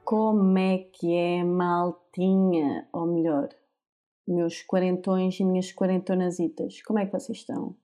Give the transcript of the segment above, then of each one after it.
Como é que é, maltinha? Ou melhor, meus quarentões e minhas quarentonasitas, como é que vocês estão?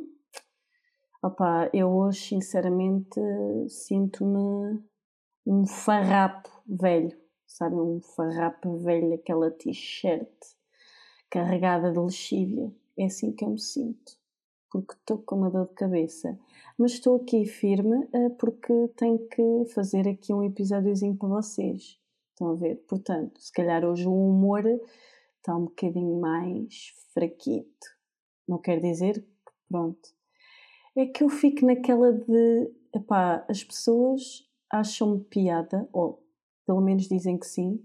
Opá, eu hoje sinceramente sinto-me um farrapo velho, sabe? Um farrapo velho, aquela t-shirt carregada de lexívia. É assim que eu me sinto, porque estou com uma dor de cabeça. Mas estou aqui firme porque tenho que fazer aqui um episódiozinho para vocês. Estão a ver? Portanto, se calhar hoje o humor está um bocadinho mais fraquito. Não quer dizer que, pronto. É que eu fico naquela de, epá, as pessoas acham-me piada, ou pelo menos dizem que sim,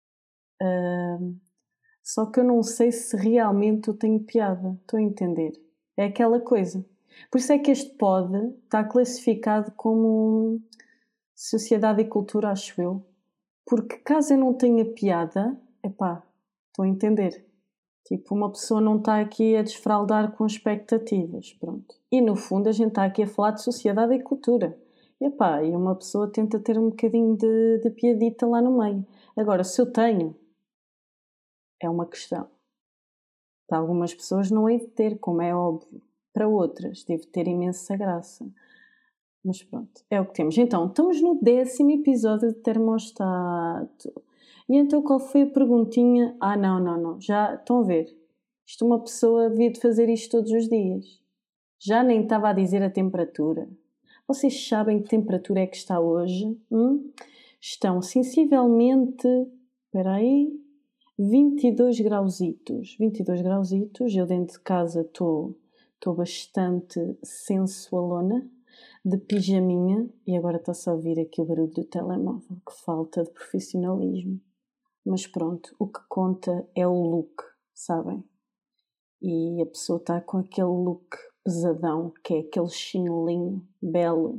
só que eu não sei se realmente eu tenho piada. Estou a entender? É aquela coisa. Por isso é que este pod está classificado como sociedade e cultura, acho eu. Porque caso eu não tenha piada, epá, estou a entender. Tipo, uma pessoa não está aqui a desfraldar com expectativas, pronto. E no fundo a gente está aqui a falar de sociedade e cultura. Epá, e uma pessoa tenta ter um bocadinho de piadita lá no meio. Agora, se eu tenho, é uma questão. Para algumas pessoas não hei de ter, como é óbvio. Para outras, deve ter imensa graça. Mas pronto, é o que temos. Então, estamos no 10º episódio de Termostato. E então qual foi a perguntinha? Não. Já estão a ver. Isto uma pessoa devia de fazer isto todos os dias. Já nem estava a dizer a temperatura. Vocês sabem que temperatura é que está hoje? Estão sensivelmente... Espera aí... 22 grauzitos. 22 grauzitos. Eu dentro de casa estou bastante sensualona, de pijaminha, e agora está-se a ouvir aqui o barulho do telemóvel. Que falta de profissionalismo. Mas pronto, o que conta é o look, sabem? E a pessoa está com aquele look pesadão, que é aquele chinelinho belo,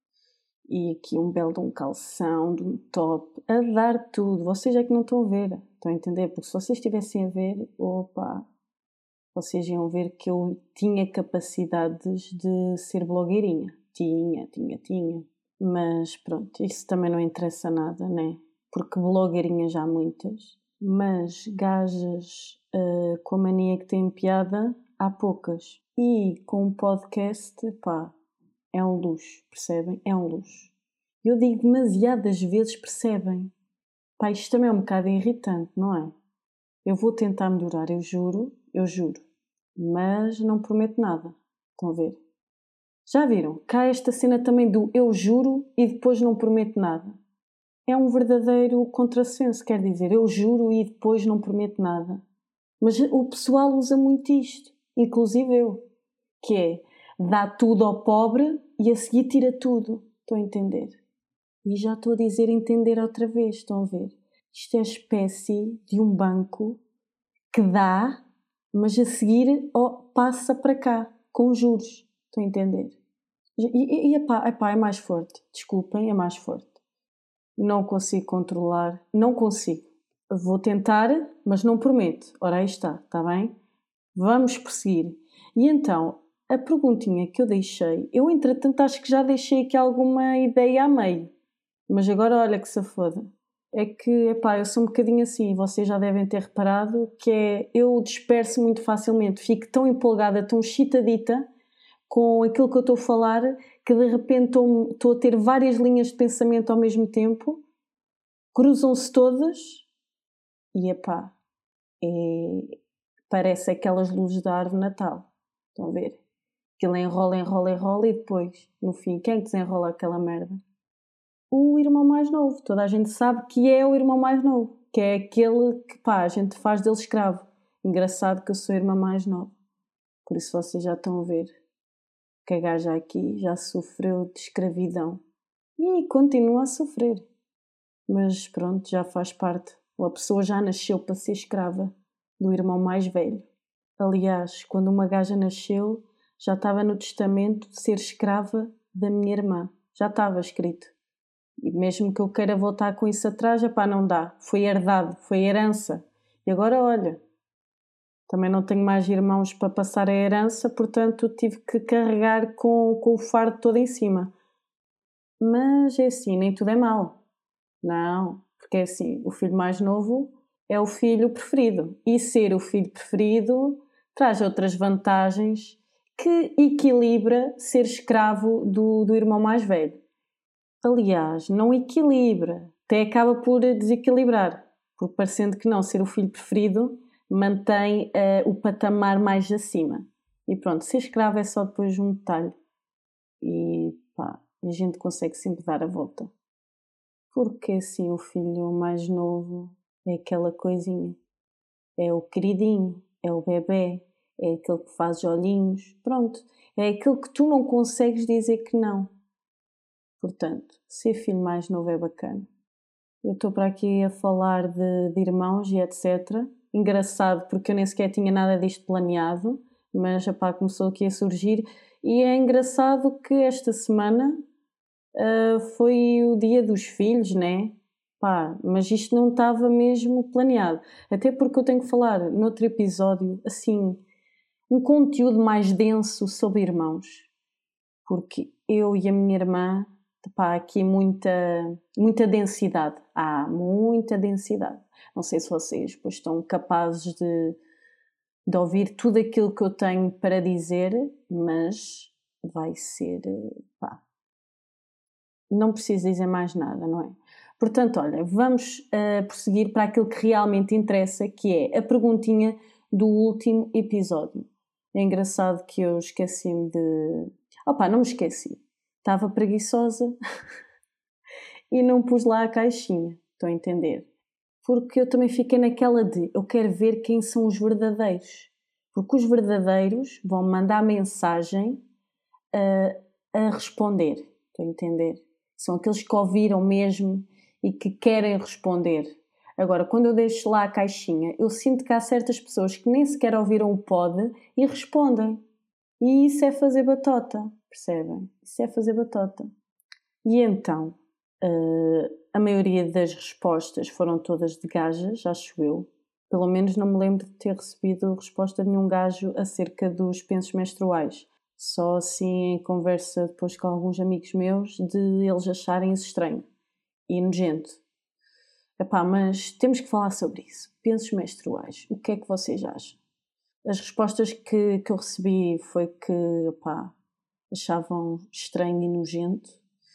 e aqui um belo de um calção, de um top, a dar tudo. Vocês é que não estão a ver, estão a entender? Porque se vocês estivessem a ver, opa, vocês iam ver que eu tinha capacidades de ser blogueirinha. Tinha. Mas pronto, isso também não interessa nada, né? Porque blogueirinhas há muitas, mas gajas com a mania que têm piada, há poucas. E com um podcast, pá, é um luxo, percebem? É um luxo. Eu digo demasiadas vezes, percebem? Pá, isto também é um bocado irritante, não é? Eu vou tentar melhorar, eu juro. Mas não prometo nada. Estão a ver? Já viram? Cá esta cena também do eu juro e depois não prometo nada. É um verdadeiro contrassenso, quer dizer, eu juro e depois não prometo nada. Mas o pessoal usa muito isto, inclusive eu, que é dá tudo ao pobre e a seguir tira tudo. Estão a entender? E já estou a dizer entender outra vez, estão a ver? Isto é a espécie de um banco que dá, mas a seguir passa para cá, com juros. Estão a entender? E epá, é mais forte. Desculpem, é mais forte. Não consigo controlar. Não consigo. Vou tentar, mas não prometo. Ora, aí está bem? Vamos prosseguir. E então, a perguntinha que eu deixei, eu entretanto acho que já deixei aqui alguma ideia a meio. Mas agora olha que se foda. É que, epá, eu sou um bocadinho assim, vocês já devem ter reparado, que é, eu disperso muito facilmente, fico tão empolgada, tão excitadita com aquilo que eu estou a falar, que de repente estou a ter várias linhas de pensamento ao mesmo tempo, cruzam-se todas e, epá, parece aquelas luzes da árvore de Natal. Estão a ver? Aquilo enrola e depois, no fim, quem desenrola aquela merda? O irmão mais novo. Toda a gente sabe que é o irmão mais novo. Que é aquele que, pá, a gente faz dele escravo. Engraçado que eu sou a irmã mais nova. Por isso vocês já estão a ver que a gaja aqui já sofreu de escravidão. E continua a sofrer. Mas pronto, já faz parte. A pessoa já nasceu para ser escrava do irmão mais velho. Aliás, quando uma gaja nasceu, já estava no testamento de ser escrava da minha irmã. Já estava escrito. E mesmo que eu queira voltar com isso atrás, epá, não dá. Foi herdado, foi herança. E agora, olha, também não tenho mais irmãos para passar a herança, portanto tive que carregar com o fardo todo em cima. Mas é assim, nem tudo é mau. Não, Porque é assim, o filho mais novo é o filho preferido. E ser o filho preferido traz outras vantagens que equilibra ser escravo do irmão mais velho. Aliás, não equilibra, até acaba por desequilibrar. Porque parecendo que não, ser o filho preferido mantém o patamar mais acima. E pronto, ser escravo é só depois um detalhe. E pá, a gente consegue sempre dar a volta. Porque assim o filho mais novo é aquela coisinha. É o queridinho, é o bebé, é aquele que faz olhinhos. Pronto, é aquele que tu não consegues dizer que não. Portanto, ser filho mais novo é bacana. Eu estou para aqui a falar de irmãos e etc. Engraçado, porque eu nem sequer tinha nada disto planeado, mas apá, começou aqui a surgir. E é engraçado que esta semana foi o dia dos filhos, né? Pá, mas isto não estava mesmo planeado. Até porque eu tenho que falar noutro episódio, assim, um conteúdo mais denso sobre irmãos. Porque eu e a minha irmã, pá, aqui muita densidade. Há muita densidade. Não sei se vocês pois, estão capazes de ouvir tudo aquilo que eu tenho para dizer, mas vai ser, pá, não preciso dizer mais nada, não é? Portanto, olha, vamos prosseguir para aquilo que realmente interessa, que é a perguntinha do último episódio. É engraçado que eu esqueci-me de... Opá, não me esqueci. Estava preguiçosa e não pus lá a caixinha, estão a entender? Porque eu também fiquei naquela de, eu quero ver quem são os verdadeiros. Porque os verdadeiros vão mandar mensagem a responder, estão a entender? São aqueles que ouviram mesmo e que querem responder. Agora, quando eu deixo lá a caixinha, eu sinto que há certas pessoas que nem sequer ouviram o pod e respondem. E isso é fazer batota, percebem? Isso é fazer batota. E então, a maioria das respostas foram todas de gajas, acho eu. Pelo menos não me lembro de ter recebido resposta de nenhum gajo acerca dos pensos menstruais. Só assim em conversa depois com alguns amigos meus de eles acharem isso estranho e nojento. Epá, mas temos que falar sobre isso. Pensos menstruais. O que é que vocês acham? As respostas que eu recebi foi que, epá, achavam estranho e nojento.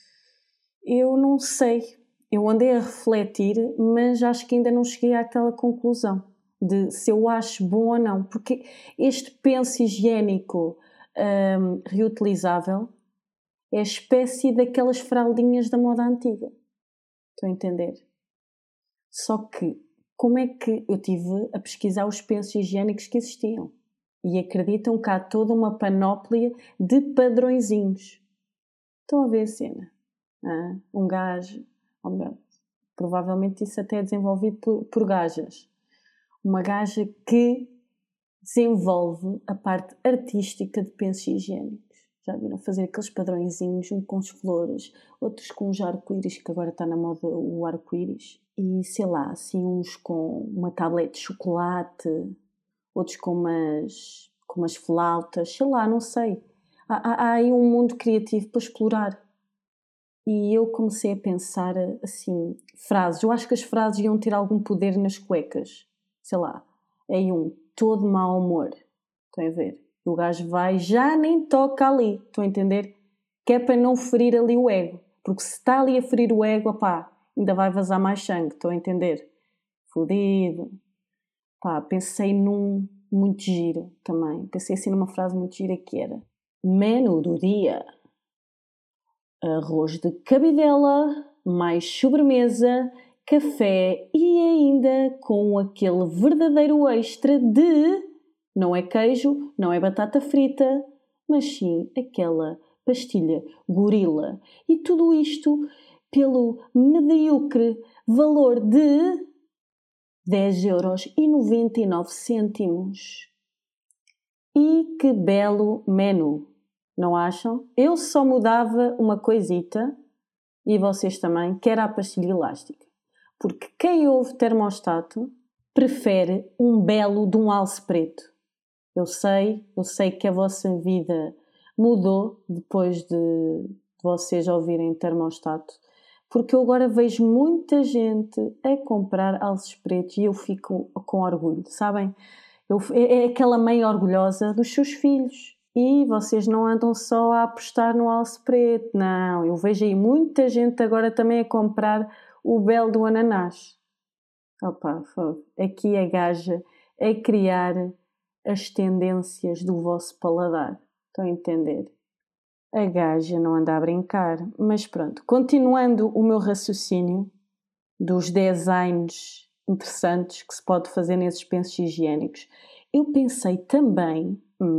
Eu não sei. Eu andei a refletir, mas acho que ainda não cheguei àquela conclusão de se eu acho bom ou não. Porque este penso higiênico reutilizável é a espécie daquelas fraldinhas da moda antiga. Estão a entender? Só que, como é que eu tive a pesquisar os pensos higiênicos que existiam? E acreditam que há toda uma panóplia de padrõezinhos. Estão a ver a cena? Um gajo, ou melhor, provavelmente isso até é desenvolvido por gajas. Uma gaja que desenvolve a parte artística de pensos higiênicos. Já viram fazer aqueles padrõezinhos, um com as flores, outros com os arco-íris, que agora está na moda o arco-íris. E sei lá, assim uns com uma tablete de chocolate, outros com umas flautas, sei lá, não sei. Há aí um mundo criativo para explorar. E eu comecei a pensar assim, frases. Eu acho que as frases iam ter algum poder nas cuecas. Sei lá, aí todo mau humor. Estão a ver? O gajo vai, já nem toca ali. Estão a entender? Que é para não ferir ali o ego. Porque se está ali a ferir o ego, opá, ainda vai vazar mais sangue. Estão a entender? Fodido. Pá, pensei num muito giro também. Pensei assim numa frase muito gira que era: menu do dia. Arroz de cabidela, mais sobremesa, café e ainda com aquele verdadeiro extra de... Não é queijo, não é batata frita, mas sim aquela pastilha gorila. E tudo isto pelo medíocre valor de 10,99€. E que belo menu! Não acham? Eu só mudava uma coisita, e vocês também, que era a pastilha elástica. Porque quem ouve termostato prefere um belo de um alce preto. Eu sei que a vossa vida mudou depois de vocês ouvirem termostato. porque eu agora vejo muita gente a comprar alces pretos e eu fico com orgulho, sabem? É aquela mãe orgulhosa dos seus filhos. E vocês não andam só a apostar no alce preto, não. Eu vejo aí muita gente agora também a comprar o belo do ananás. Opa, aqui a gaja é criar as tendências do vosso paladar. Estão a entender? A gaja não anda a brincar. Mas pronto, continuando o meu raciocínio dos designs interessantes que se pode fazer nesses pensos higiênicos, eu pensei também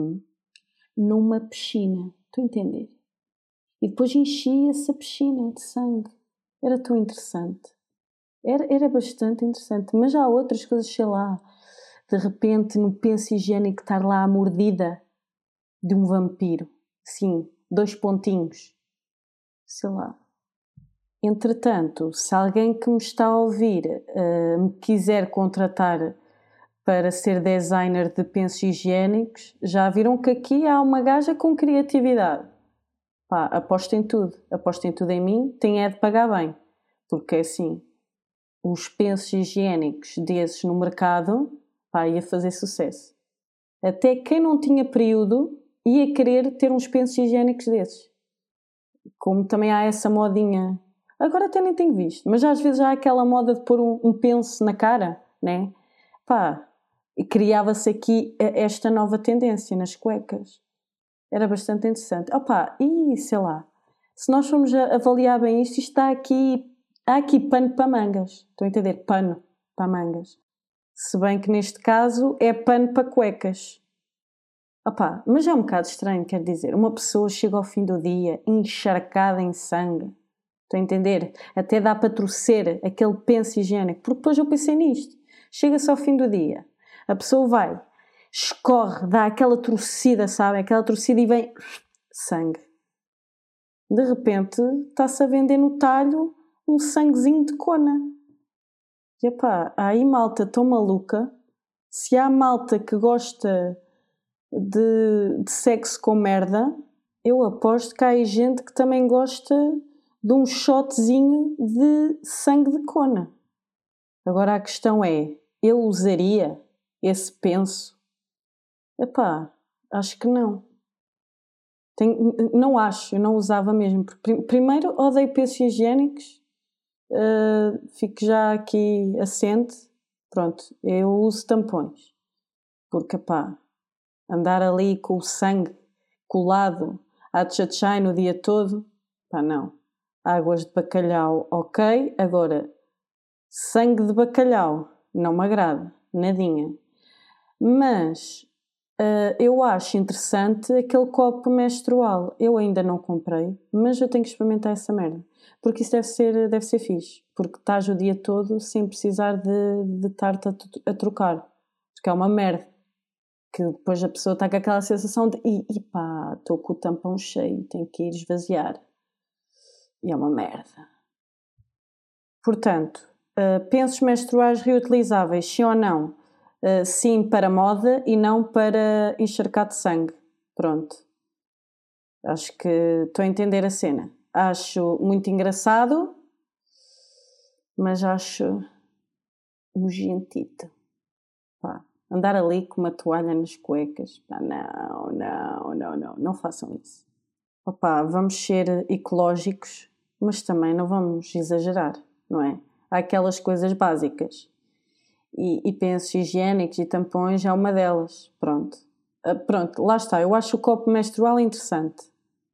numa piscina. Estou a entender? E depois enchia-se a piscina de sangue. Era tão interessante. Era bastante interessante, mas há outras coisas, sei lá, de repente no penso higiênico estar lá a mordida de um vampiro, sim, 2 pontinhos, sei lá. Entretanto, se alguém que me está a ouvir me quiser contratar para ser designer de pensos higiênicos, já viram que aqui há uma gaja com criatividade. Pá, apostem tudo em mim, tem é de pagar bem, porque é assim, os pensos higiênicos desses no mercado, pá, ia fazer sucesso. Até quem não tinha período ia querer ter uns pensos higiênicos desses. Como também há essa modinha, agora até nem tenho visto, mas às vezes há aquela moda de pôr um penso na cara, né? Pá, e criava-se aqui esta nova tendência nas cuecas. Era bastante interessante. Opá, e sei lá, se nós formos avaliar bem isto está aqui. Há aqui pano para mangas. Estão a entender? Pano para mangas. Se bem que neste caso é pano para cuecas. Opá, mas é um bocado estranho, quer dizer. Uma pessoa chega ao fim do dia encharcada em sangue. Estão a entender? Até dá para torcer aquele penso higiênico. Porque depois eu pensei nisto. Chega-se ao fim do dia. A pessoa vai, escorre, dá aquela torcida, sabe? Aquela torcida e vem sangue. De repente está-se a vender no talho um sanguezinho de cona. E epá, há aí malta tão maluca. Se há malta que gosta de sexo com merda, eu aposto que há aí gente que também gosta de um shotzinho de sangue de cona. Agora a questão é, eu usaria esse penso? Epá, acho que não. Não acho, eu não usava mesmo. Primeiro, odeio pensos higiênicos. Fico já aqui assente. Pronto, eu uso tampões. Porque, pá, andar ali com o sangue colado à tchatchai no dia todo, pá, não. Águas de bacalhau, ok. Agora, sangue de bacalhau, não me agrada, nadinha. Mas eu acho interessante aquele copo menstrual. Eu ainda não comprei, mas eu tenho que experimentar essa merda. Porque isso deve ser fixe. Porque estás o dia todo sem precisar de estar-te a trocar. Porque é uma merda. Que depois a pessoa está com aquela sensação de e pá, estou com o tampão cheio, tenho que ir esvaziar. E é uma merda. Portanto, pensos menstruais reutilizáveis, sim ou não? Sim para moda e não para encharcar de sangue. Pronto. Acho que estou a entender a cena. Acho muito engraçado, mas acho nojentito. Pá, andar ali com uma toalha nas cuecas. Pá, não façam isso. Opá, vamos ser ecológicos, mas também não vamos exagerar, não é? Há aquelas coisas básicas. E pensos higiênicos e tampões é uma delas. Pronto. Pronto, lá está. Eu acho o copo menstrual interessante.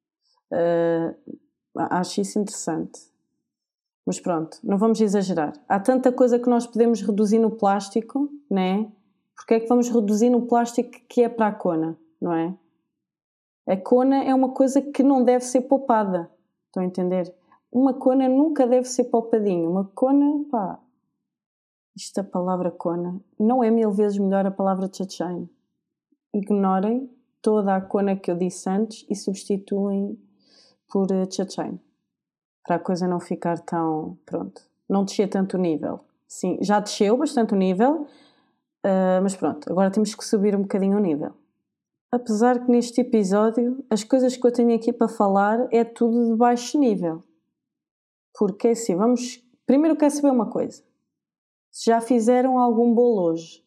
Acho isso interessante. Mas pronto, não vamos exagerar. Há tanta coisa que nós podemos reduzir no plástico, não é? Porque é que vamos reduzir no plástico que é para a cona, não é? A cona é uma coisa que não deve ser poupada. Estão a entender? Uma cona nunca deve ser poupadinha. Uma cona, pá... Isto a palavra cona não é 1000 vezes melhor a palavra tchatchain. Ignorem toda a cona que eu disse antes e substituem por tchatchain. Para a coisa não ficar tão... Pronto. Não descer tanto o nível. Sim, já desceu bastante o nível, mas pronto, agora temos que subir um bocadinho o nível. Apesar que neste episódio as coisas que eu tenho aqui para falar é tudo de baixo nível. Porque é assim, vamos... Primeiro quero saber uma coisa. Se já fizeram algum bolo hoje?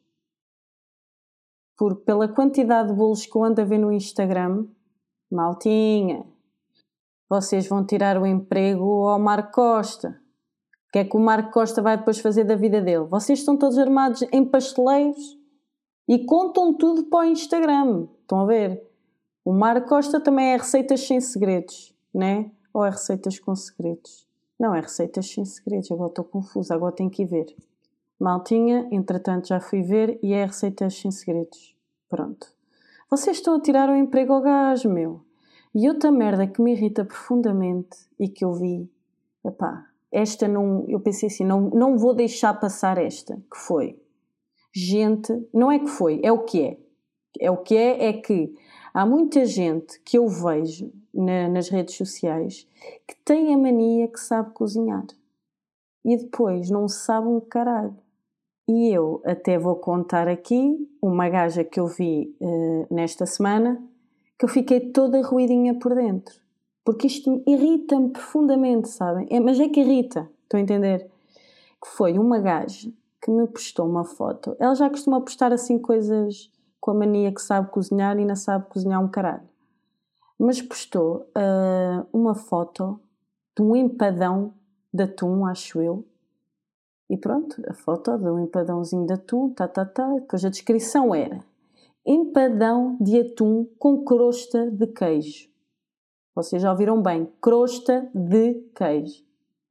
Porque pela quantidade de bolos que eu ando a ver no Instagram, maltinha, vocês vão tirar o emprego ao Marco Costa. O que é que o Marco Costa vai depois fazer da vida dele? Vocês estão todos armados em pasteleiros e contam tudo para o Instagram. Estão a ver? O Marco Costa também é receitas sem segredos, né? Ou é receitas com segredos? Não, é receitas sem segredos. Agora estou confusa, agora tenho que ir ver. Maltinha, entretanto já fui ver e é receitas sem segredos. Pronto. Vocês estão a tirar o emprego ao gajo, meu. E outra merda que me irrita profundamente e que eu vi, epá, esta não, eu pensei assim, não vou deixar passar esta, que foi. Gente, não é que foi, é o que é. É o que é que há muita gente que eu vejo nas redes sociais que tem a mania que sabe cozinhar. E depois não sabe um caralho. E eu até vou contar aqui uma gaja que eu vi nesta semana, que eu fiquei toda ruidinha por dentro. Porque isto irrita-me profundamente, sabem? Mas é que irrita, estão a entender? Que foi uma gaja que me postou uma foto. Ela já costuma postar assim coisas com a mania que sabe cozinhar e não sabe cozinhar um caralho. Mas postou uma foto de um empadão de atum, acho eu. E pronto, a foto de um empadãozinho de atum, Depois a descrição era: empadão de atum com crosta de queijo. Vocês já ouviram bem, crosta de queijo.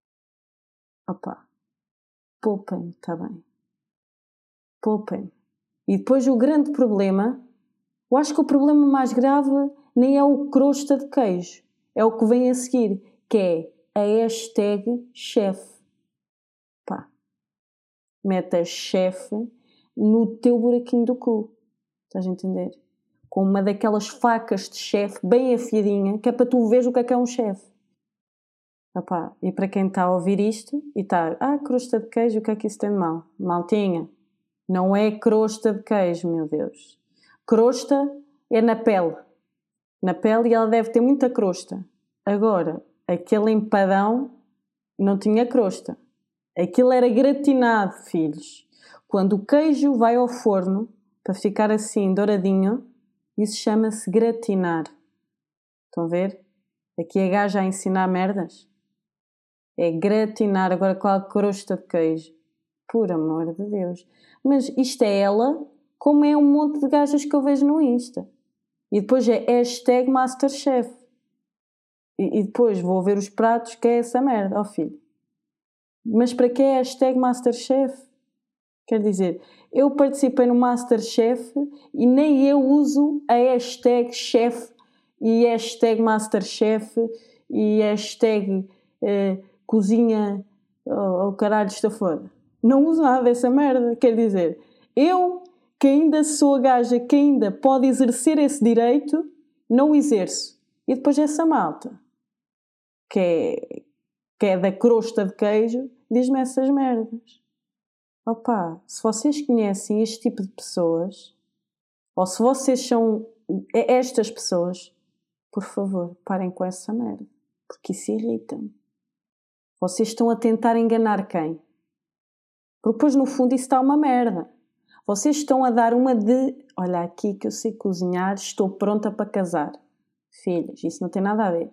Opa, poupem-me, está bem. Poupem-me. E depois o grande problema, eu acho que o problema mais grave nem é o crosta de queijo, é o que vem a seguir, que é a hashtag chefe. Pá, mete a chefe no teu buraquinho do cu. Estás a entender? Com uma daquelas facas de chefe bem afiadinha, que é para tu veres o que é um chefe. Epá, e para quem está a ouvir isto e está, crosta de queijo, o que é que isso tem de mal? Maltinha, não é crosta de queijo, meu Deus. Crosta é na pele. Na pele e ela deve ter muita crosta. Agora, aquele empadão não tinha crosta. Aquilo era gratinado, filhos. Quando o queijo vai ao forno, para ficar assim douradinho, isso chama-se gratinar. Estão a ver? Aqui a gaja a ensinar merdas. É gratinar, agora qual crosta de queijo. Por amor de Deus. Mas isto é ela, como é um monte de gajas que eu vejo no Insta. E depois é hashtag Masterchef. E depois vou ver os pratos, que é essa merda, ó filho. Mas para que é hashtag Masterchef? Quer dizer, eu participei no Masterchef e nem eu uso a hashtag chef e hashtag Masterchef e hashtag cozinha ou caralho está foda. Não uso nada dessa merda. Quer dizer, eu que ainda sou a gaja que ainda pode exercer esse direito, não o exerço. E depois essa malta, que é da crosta de queijo, diz-me essas merdas. Opa, se vocês conhecem este tipo de pessoas, ou se vocês são estas pessoas, por favor, parem com essa merda, porque isso irrita-me. Vocês estão a tentar enganar quem? Porque depois no fundo isso está uma merda. Vocês estão a dar uma de, olha aqui que eu sei cozinhar, estou pronta para casar. Filhas, isso não tem nada a ver.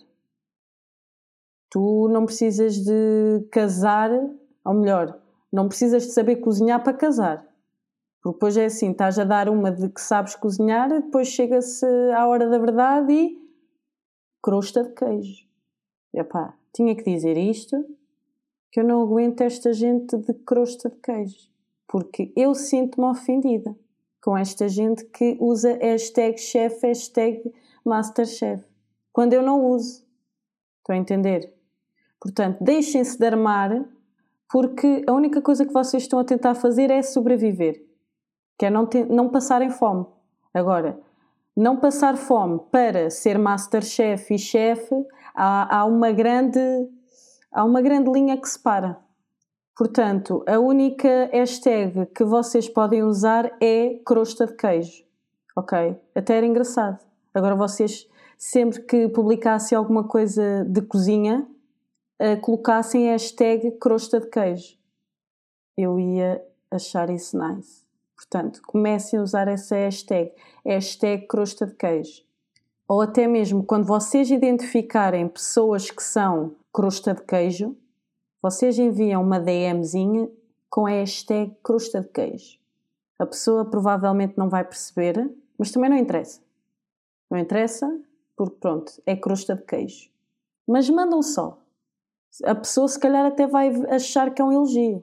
Tu não precisas de casar, ou melhor, não precisas de saber cozinhar para casar. Porque depois é assim, estás a dar uma de que sabes cozinhar, depois chega-se à hora da verdade e crosta de queijo. Epá, tinha que dizer isto, que eu não aguento esta gente de crosta de queijo. Porque eu sinto-me ofendida com esta gente que usa hashtag chef, hashtag masterchef. Quando eu não uso. Estão a entender? Portanto, deixem-se de armar, porque a única coisa que vocês estão a tentar fazer é sobreviver. Que é não passarem fome. Agora, não passar fome para ser masterchef e chefe, há uma grande linha que separa. Portanto, a única hashtag que vocês podem usar é crosta de queijo. Ok? Até era engraçado. Agora vocês, sempre que publicassem alguma coisa de cozinha, colocassem hashtag crosta de queijo. Eu ia achar isso nice. Portanto, comecem a usar essa hashtag crosta de queijo. Ou até mesmo quando vocês identificarem pessoas que são crosta de queijo, vocês enviam uma DMzinha com a hashtag crosta de queijo. A pessoa provavelmente não vai perceber, mas também não interessa. Não interessa, porque pronto, é crosta de queijo. Mas mandam só. A pessoa se calhar até vai achar que é um elogio.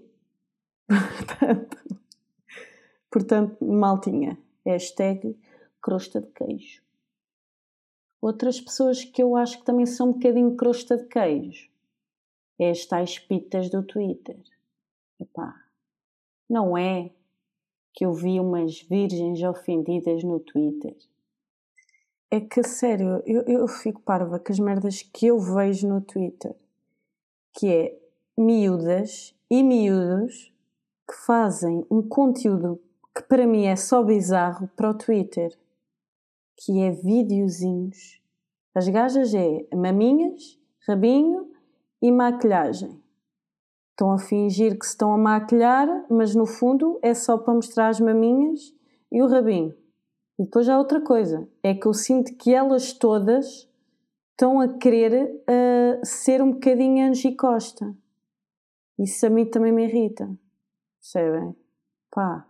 Portanto, maltinha, hashtag crosta de queijo. Outras pessoas que eu acho que também são um bocadinho crosta de queijo é as tais pitas do Twitter. Epá, não é que eu vi umas virgens ofendidas no Twitter. É que, sério, eu fico parva com as merdas que eu vejo no Twitter. Que é miúdas e miúdos que fazem um conteúdo que para mim é só bizarro para o Twitter. Que é videozinhos. As gajas é maminhas, rabinho e maquilhagem. Estão a fingir que se estão a maquilhar, mas no fundo é só para mostrar as maminhas e o rabinho. E depois há outra coisa, é que eu sinto que elas todas estão a querer ser um bocadinho Angie Costa. Isso a mim também me irrita. Percebem? Pá.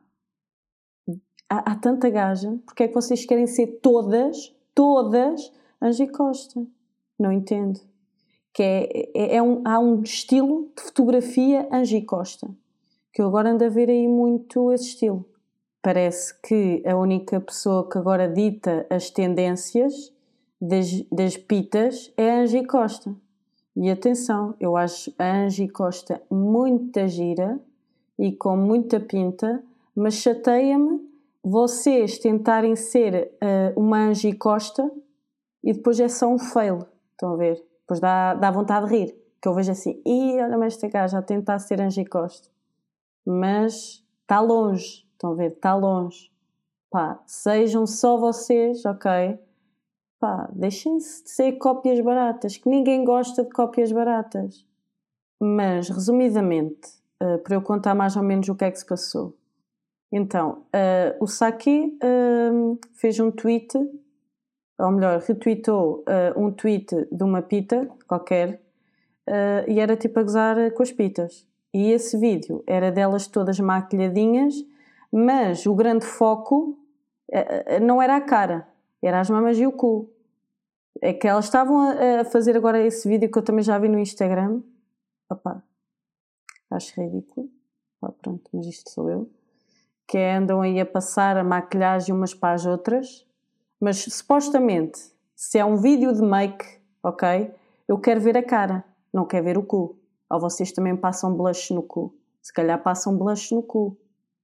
Há tanta gaja, porque é que vocês querem ser todas Angie Costa? Não entendo. Que há um estilo de fotografia Angie Costa, que eu agora ando a ver aí muito esse estilo. Parece que a única pessoa que agora dita as tendências das pitas é a Angie Costa. E atenção, eu acho a Angie Costa muita gira e com muita pinta, mas chateia-me vocês tentarem ser uma Angie Costa e depois é só um fail. Estão a ver? Depois dá vontade de rir. Que eu vejo assim, olha-me esta gaja a tentar ser Angie Costa. Mas está longe. Estão a ver? Está longe. Pá, sejam só vocês, ok? Pá, deixem-se de ser cópias baratas, que ninguém gosta de cópias baratas. Mas, resumidamente, para eu contar mais ou menos o que é que se passou. Então, o Saki fez um tweet, ou melhor, retweetou um tweet de uma pita qualquer, e era tipo a gozar com as pitas. E esse vídeo era delas todas maquilhadinhas, mas o grande foco não era a cara, era as mamas e o cu. É que elas estavam a fazer agora esse vídeo que eu também já vi no Instagram. Opá, acho ridículo. Pronto, mas isto sou eu. Que andam aí a passar a maquilhagem umas para as outras. Mas supostamente, se é um vídeo de make, ok? Eu quero ver a cara, não quero ver o cu. Ou vocês também passam blush no cu. Se calhar passam blush no cu.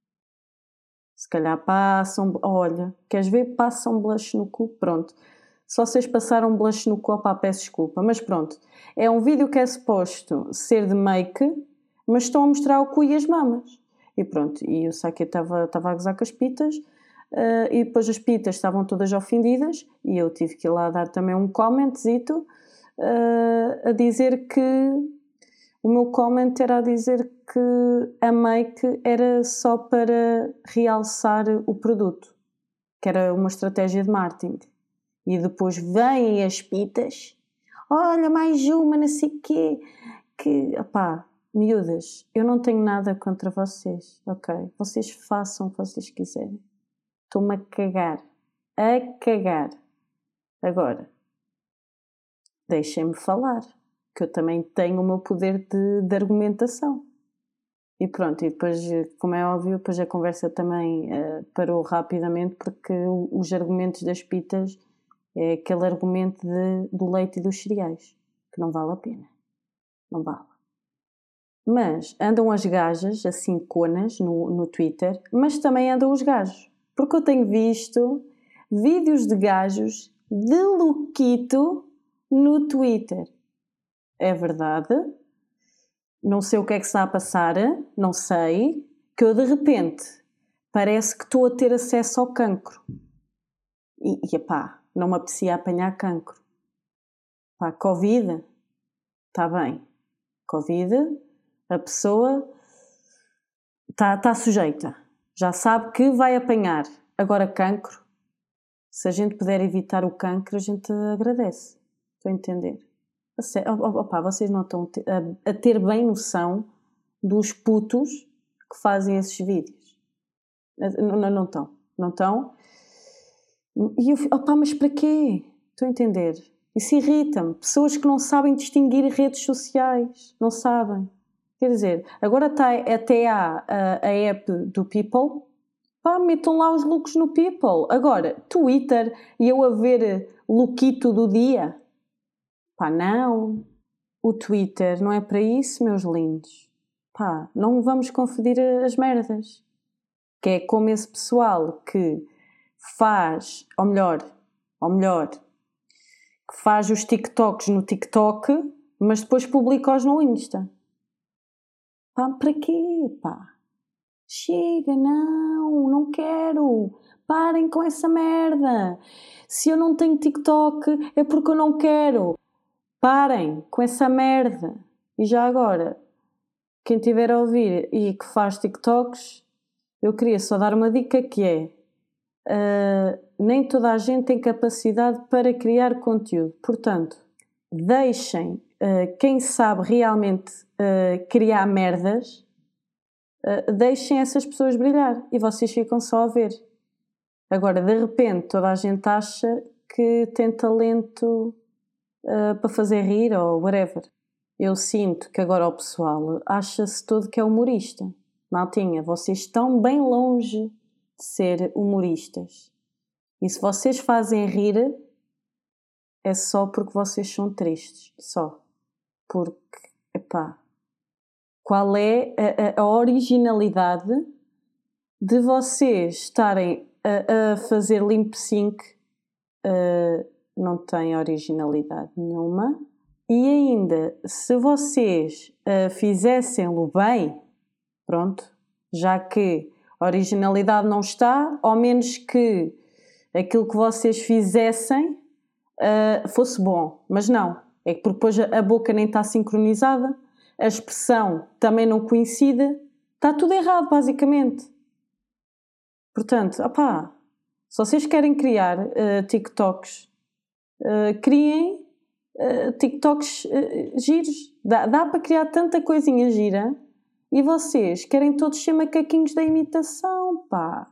Se calhar passam... Olha, queres ver? Passam blush no cu. Pronto. Só vocês passaram blush no cu, pá, peço desculpa. Mas pronto. É um vídeo que é suposto ser de make, mas estão a mostrar o cu e as mamas. E pronto. E o Saki estava a gozar com as pitas. E depois as pitas estavam todas ofendidas. E eu tive que ir lá dar também um comentzito a dizer que... O meu comment era a dizer que a make era só para realçar o produto, que era uma estratégia de marketing. E depois vêm as pitas, olha, mais uma, não sei o quê, que, opá, miúdas, eu não tenho nada contra vocês, ok? Vocês façam o que vocês quiserem. Estou-me a cagar. Agora, deixem-me falar, que eu também tenho o meu poder de argumentação. E pronto, e depois, como é óbvio, depois a conversa também parou rapidamente, porque os argumentos das pitas é aquele argumento do leite e dos cereais, que não vale a pena. Não vale. Mas andam as gajas, assim, conas, no Twitter, mas também andam os gajos. Porque eu tenho visto vídeos de gajos de lookito no Twitter. É verdade. Não sei o que é que está a passar, não sei, que eu de repente parece que estou a ter acesso ao cancro. E pá, não me apetecia apanhar cancro. Pá, Covid, está bem. Covid, a pessoa está sujeita, já sabe que vai apanhar. Agora cancro, se a gente puder evitar o cancro, a gente agradece. Estou a entender? Vocês não estão a ter bem noção dos putos que fazem esses vídeos. Não estão. Não estão. E eu, mas para quê? Estou a entender? Isso irrita-me. Pessoas que não sabem distinguir redes sociais. Não sabem. Quer dizer, agora até há a app do People. Metam lá os looks no People. Agora, Twitter e eu a ver lookito do dia. Não. O Twitter não é para isso, meus lindos. Não vamos confundir as merdas. Que é como esse pessoal que faz, ou melhor, que faz os TikToks no TikTok, mas depois publica-os no Insta. Para quê, Chega, não quero. Parem com essa merda. Se eu não tenho TikTok é porque eu não quero. Parem com essa merda. E já agora, quem estiver a ouvir e que faz TikToks, eu queria só dar uma dica que é... nem toda a gente tem capacidade para criar conteúdo. Portanto, deixem quem sabe realmente criar merdas, deixem essas pessoas brilhar e vocês ficam só a ver. Agora, de repente, toda a gente acha que tem talento para fazer rir ou whatever. Eu sinto que agora o pessoal acha-se todo que é humorista. Maltinha, vocês estão bem longe de ser humoristas. E se vocês fazem rir, é só porque vocês são tristes. Só. Porque, qual é a originalidade de vocês estarem a fazer lip sync? Não tem originalidade nenhuma. E ainda, se vocês fizessem-lo bem, pronto, já que a originalidade não está, ao menos que aquilo que vocês fizessem fosse bom. Mas não, é porque depois a boca nem está sincronizada, a expressão também não coincide, está tudo errado, basicamente. Portanto, se vocês querem criar TikToks, criem TikToks giros. Dá para criar tanta coisinha gira e vocês querem todos ser macaquinhos da imitação,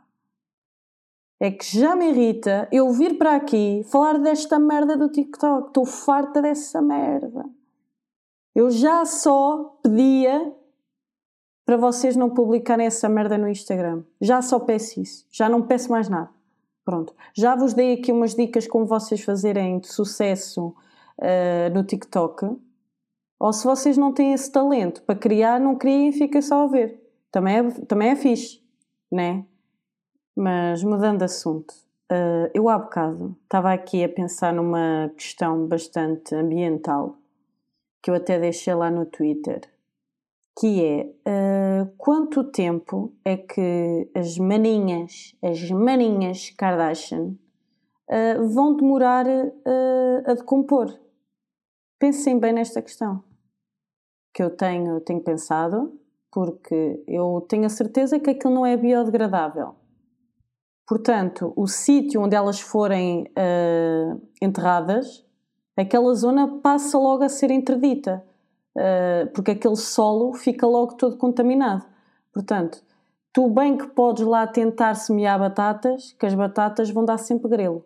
É que já me irrita eu vir para aqui falar desta merda do TikTok. Estou farta dessa merda. Eu já só pedia para vocês não publicarem essa merda no Instagram. Já só peço isso. Já não peço mais nada. Pronto. Já vos dei aqui umas dicas como vocês fazerem de sucesso no TikTok. Ou se vocês não têm esse talento para criar, não criem e fiquem só a ver. Também é fixe, né? Mas mudando de assunto, eu há bocado estava aqui a pensar numa questão bastante ambiental que eu até deixei lá no Twitter, que é quanto tempo é que as maninhas Kardashian vão demorar a decompor? Pensem bem nesta questão que eu tenho pensado, porque eu tenho a certeza que aquilo não é biodegradável. Portanto, o sítio onde elas forem enterradas, aquela zona passa logo a ser interdita, porque aquele solo fica logo todo contaminado. Portanto, tu bem que podes lá tentar semear batatas, que as batatas vão dar sempre grelo.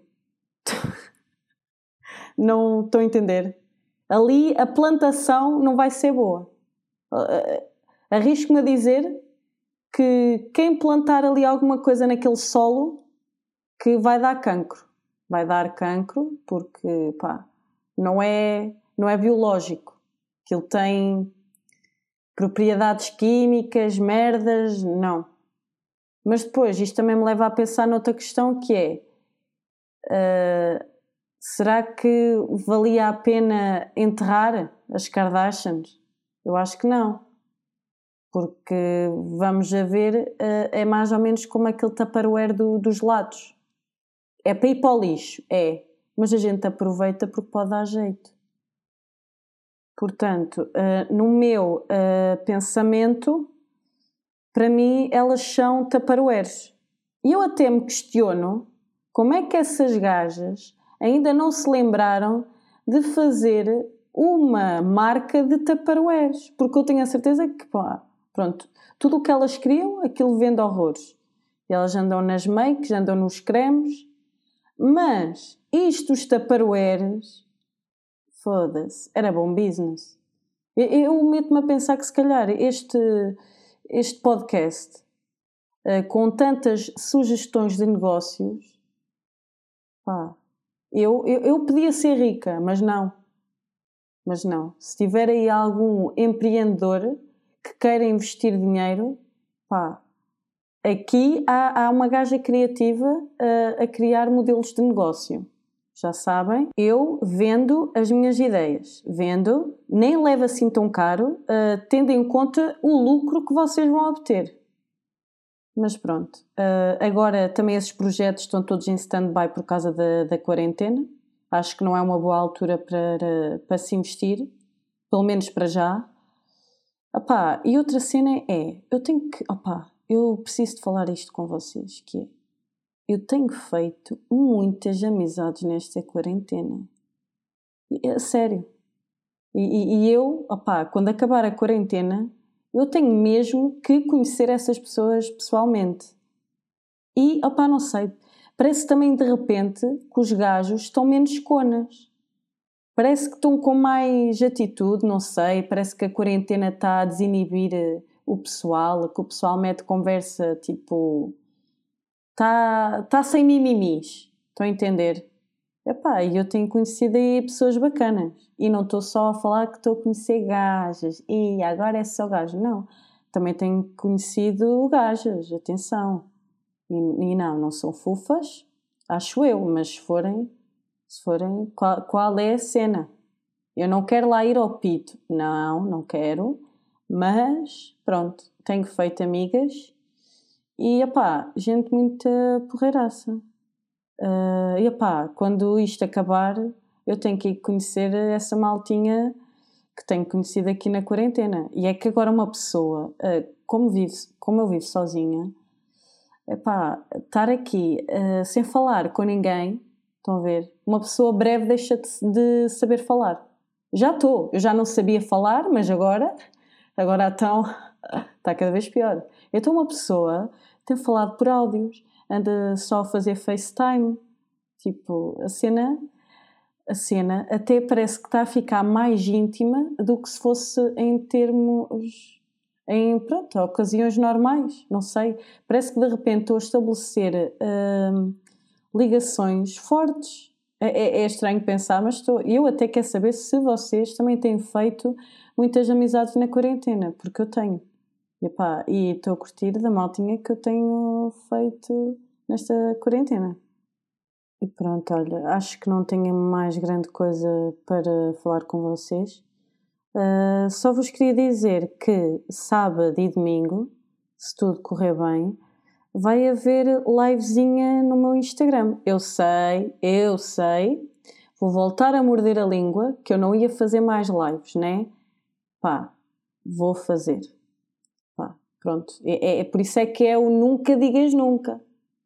Não estou a entender? Ali a plantação não vai ser boa. Arrisco-me a dizer que quem plantar ali alguma coisa naquele solo que vai dar cancro. Vai dar cancro porque, não é biológico. Aquilo tem propriedades químicas, merdas, não. Mas depois, isto também me leva a pensar noutra questão que é... será que valia a pena enterrar as Kardashians? Eu acho que não. Porque, vamos a ver, é mais ou menos como aquele tupperware dos lados. É para ir para o lixo, mas a gente aproveita porque pode dar jeito. Portanto, no meu pensamento, para mim elas são tupperwares. E eu até me questiono como é que essas gajas ainda não se lembraram de fazer uma marca de tupperwares. Porque eu tenho a certeza que, pá, pronto, tudo o que elas criam, aquilo vende horrores. E elas andam nas makes, andam nos cremes. Mas isto, os tupperwares, foda-se, era bom business. Eu meto-me a pensar que se calhar este podcast, com tantas sugestões de negócios, pá, eu podia ser rica, mas não. Mas não. Se tiver aí algum empreendedor que queira investir dinheiro, pá, aqui há uma gaja criativa a criar modelos de negócio. Já sabem, eu vendo as minhas ideias. Vendo, nem levo assim tão caro, tendo em conta o lucro que vocês vão obter. Mas pronto. Agora também esses projetos estão todos em stand-by por causa da quarentena. Acho que não é uma boa altura para se investir. Pelo menos para já. Opá, e outra cena é, eu preciso de falar isto com vocês, que é, eu tenho feito muitas amizades nesta quarentena. É sério. E eu, quando acabar a quarentena, eu tenho mesmo que conhecer essas pessoas pessoalmente. E, não sei, parece também de repente que os gajos estão menos conas. Parece que estão com mais atitude, não sei, parece que a quarentena está a desinibir o pessoal, que o pessoal mete conversa, tipo, está sem mimimis, estão a entender? E eu tenho conhecido aí pessoas bacanas, e não estou só a falar que estou a conhecer gajas, e agora é só gajo, não, também tenho conhecido gajas, atenção, e não são fofas, acho eu, mas se forem, qual é a cena? Eu não quero lá ir ao pito. Não quero. Mas, pronto, tenho feito amigas e, gente muito porreiraça. Quando isto acabar, eu tenho que ir conhecer essa maltinha que tenho conhecido aqui na quarentena. E é que agora uma pessoa, como eu vivo sozinha, estar aqui sem falar com ninguém, estão a ver? Uma pessoa breve deixa de saber falar. Eu já não sabia falar, mas agora então está cada vez pior. Então uma pessoa tem falado por áudios, anda só a fazer FaceTime, tipo, a cena até parece que está a ficar mais íntima do que se fosse pronto, ocasiões normais, não sei. Parece que de repente estou a estabelecer ligações fortes. É estranho pensar, mas eu até quero saber se vocês também têm feito muitas amizades na quarentena, porque eu tenho. E estou a curtir da maltinha que eu tenho feito nesta quarentena. E pronto, olha, acho que não tenho mais grande coisa para falar com vocês. Só vos queria dizer que sábado e domingo, se tudo correr bem, vai haver livezinha no meu Instagram. Eu sei, vou voltar a morder a língua, que eu não ia fazer mais lives, né? Vou fazer. Pronto. É por isso é que é o nunca digas nunca.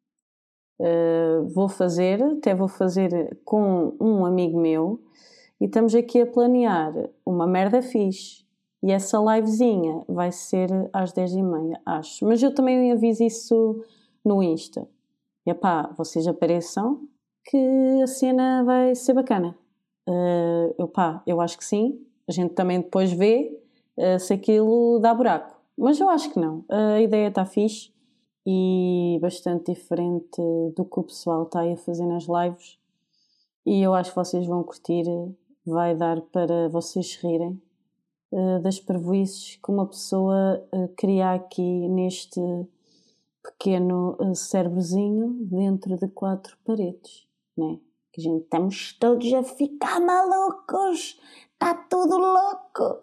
Até vou fazer com um amigo meu e estamos aqui a planear uma merda fixe. E essa livezinha vai ser às 10h30, acho. Mas eu também aviso isso no Insta. E vocês apareçam que a cena vai ser bacana. Eu acho que sim. A gente também depois vê se aquilo dá buraco. Mas eu acho que não. A ideia está fixe e bastante diferente do que o pessoal está aí a fazer nas lives. E eu acho que vocês vão curtir. Vai dar para vocês rirem das parvoíces que uma pessoa cria aqui neste pequeno cérebrozinho dentro de 4 paredes, né? Que a gente estamos todos a ficar malucos, está tudo louco.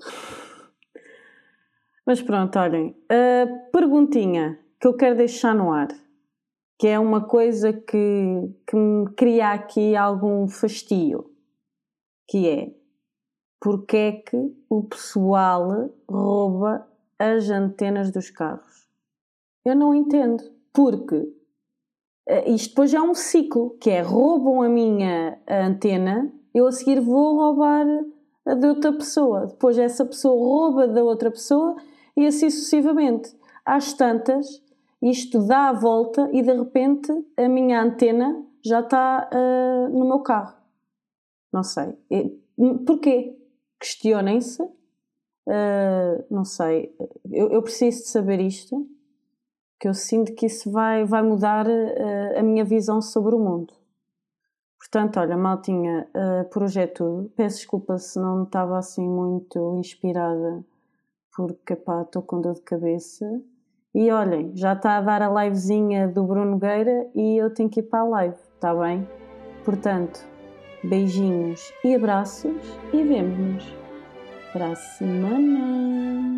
Mas pronto, olhem, a perguntinha que eu quero deixar no ar, que é uma coisa que me cria aqui algum fastio, que é: porque é que o pessoal rouba as antenas dos carros. Eu não entendo, porque isto depois é um ciclo, que é roubam a minha antena, eu a seguir vou roubar a de outra pessoa, depois essa pessoa rouba da outra pessoa e assim sucessivamente. Às tantas, isto dá a volta e de repente a minha antena já está no meu carro. Não sei. Porquê? Questionem-se. Não sei. Eu preciso de saber isto, que eu sinto que isso vai mudar a minha visão sobre o mundo. Portanto, olha, maltinha, por hoje é tudo. Peço desculpa se não estava assim muito inspirada, porque pá, estou com dor de cabeça. E olhem, já está a dar a livezinha do Bruno Nogueira e eu tenho que ir para a live, está bem? Portanto, beijinhos e abraços e vemo-nos para a semana.